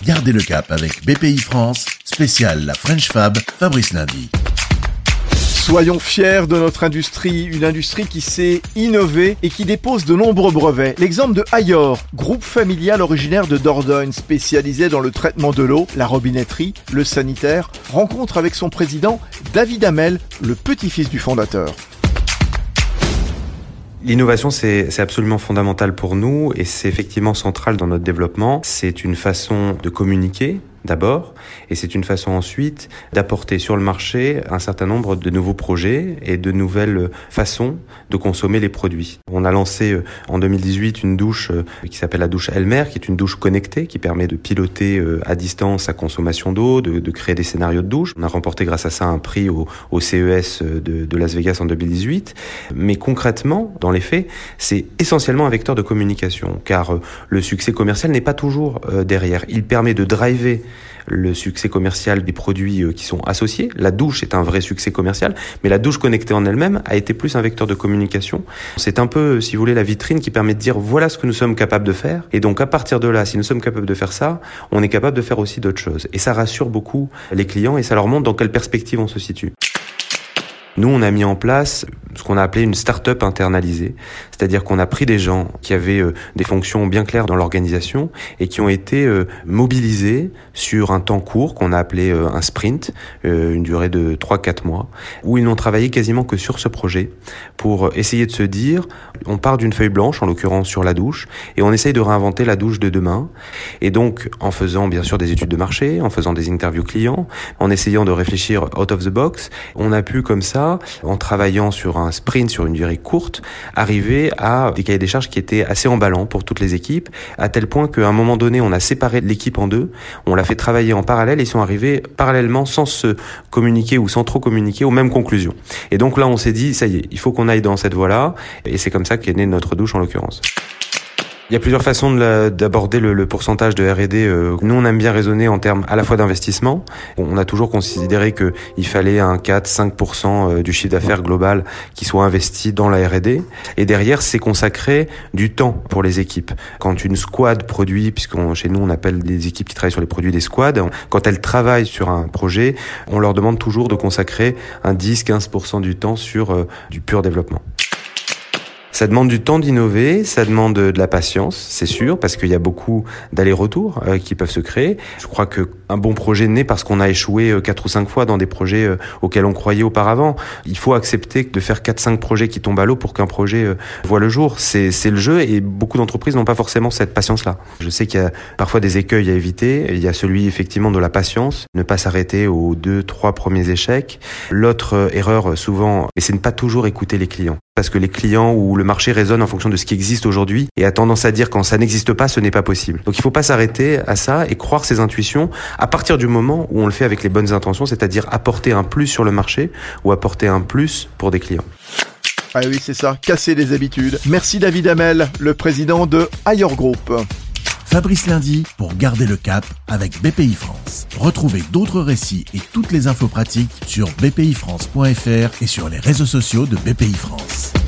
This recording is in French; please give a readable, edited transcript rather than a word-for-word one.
Gardez le cap avec BPI France, spécial la French Fab, Fabrice Lundy. Soyons fiers de notre industrie, une industrie qui sait innover et qui dépose de nombreux brevets. L'exemple de Ayor, groupe familial originaire de Dordogne, spécialisé dans le traitement de l'eau, la robinetterie, le sanitaire, rencontre avec son président David Hamel, le petit-fils du fondateur. L'innovation, c'est absolument fondamental pour nous et c'est effectivement central dans notre développement. C'est une façon de communiquer d'abord, et c'est une façon ensuite d'apporter sur le marché un certain nombre de nouveaux projets et de nouvelles façons de consommer les produits. On a lancé en 2018 une douche qui s'appelle la douche Elmer, qui est une douche connectée qui permet de piloter à distance sa consommation d'eau, de créer des scénarios de douche. On a remporté grâce à ça un prix au CES de Las Vegas en 2018. Mais concrètement, dans les faits, c'est essentiellement un vecteur de communication, car le succès commercial n'est pas toujours derrière. Il permet de driver le succès commercial des produits qui sont associés. La douche est un vrai succès commercial, mais la douche connectée en elle-même a été plus un vecteur de communication. C'est un peu, si vous voulez, la vitrine qui permet de dire voilà ce que nous sommes capables de faire. Et donc à partir de là, si nous sommes capables de faire ça, on est capable de faire aussi d'autres choses. Et ça rassure beaucoup les clients et ça leur montre dans quelle perspective on se situe. Nous, on a mis en place ce qu'on a appelé une start-up internalisée. C'est-à-dire qu'on a pris des gens qui avaient des fonctions bien claires dans l'organisation et qui ont été mobilisés sur un temps court qu'on a appelé un sprint, une durée de 3-4 mois, où ils n'ont travaillé quasiment que sur ce projet pour essayer de se dire, on part d'une feuille blanche, en l'occurrence sur la douche, et on essaye de réinventer la douche de demain. Et donc, en faisant bien sûr des études de marché, en faisant des interviews clients, en essayant de réfléchir out of the box, on a pu comme ça, en travaillant sur un sprint, sur une durée courte, arriver à des cahiers des charges qui étaient assez emballants pour toutes les équipes, à tel point qu'à un moment donné, on a séparé l'équipe en deux, on l'a fait travailler en parallèle et ils sont arrivés parallèlement sans se communiquer ou sans trop communiquer aux mêmes conclusions. Et donc là, on s'est dit, ça y est, il faut qu'on aille dans cette voie-là et c'est comme ça qu'est née notre douche en l'occurrence. Il y a plusieurs façons d'aborder le pourcentage de R&D. Nous, on aime bien raisonner en termes à la fois d'investissement. On a toujours considéré qu'il fallait un 4-5% du chiffre d'affaires global qui soit investi dans la R&D. Et derrière, c'est consacrer du temps pour les équipes. Quand une squad produit, chez nous, on appelle les équipes qui travaillent sur les produits des squads, quand elles travaillent sur un projet, on leur demande toujours de consacrer un 10-15% du temps sur du pur développement. Ça demande du temps d'innover, ça demande de la patience, c'est sûr, parce qu'il y a beaucoup d'allers-retours qui peuvent se créer. Je crois qu'un bon projet naît parce qu'on a échoué 4 ou 5 fois dans des projets auxquels on croyait auparavant. Il faut accepter de faire 4-5 projets qui tombent à l'eau pour qu'un projet voit le jour. C'est le jeu et beaucoup d'entreprises n'ont pas forcément cette patience-là. Je sais qu'il y a parfois des écueils à éviter. Il y a celui effectivement de la patience, ne pas s'arrêter aux 2-3 premiers échecs. L'autre erreur souvent, c'est ne pas toujours écouter les clients. Parce que les clients ou le marché raisonne en fonction de ce qui existe aujourd'hui et a tendance à dire quand ça n'existe pas, ce n'est pas possible. Donc il ne faut pas s'arrêter à ça et croire ses intuitions à partir du moment où on le fait avec les bonnes intentions, c'est-à-dire apporter un plus sur le marché ou apporter un plus pour des clients. Ah oui, c'est ça, casser les habitudes. Merci David Hamel, le président de Ayor Group. Fabrice Lundy pour garder le cap avec BPI France. Retrouvez d'autres récits et toutes les infos pratiques sur bpifrance.fr et sur les réseaux sociaux de BPI France.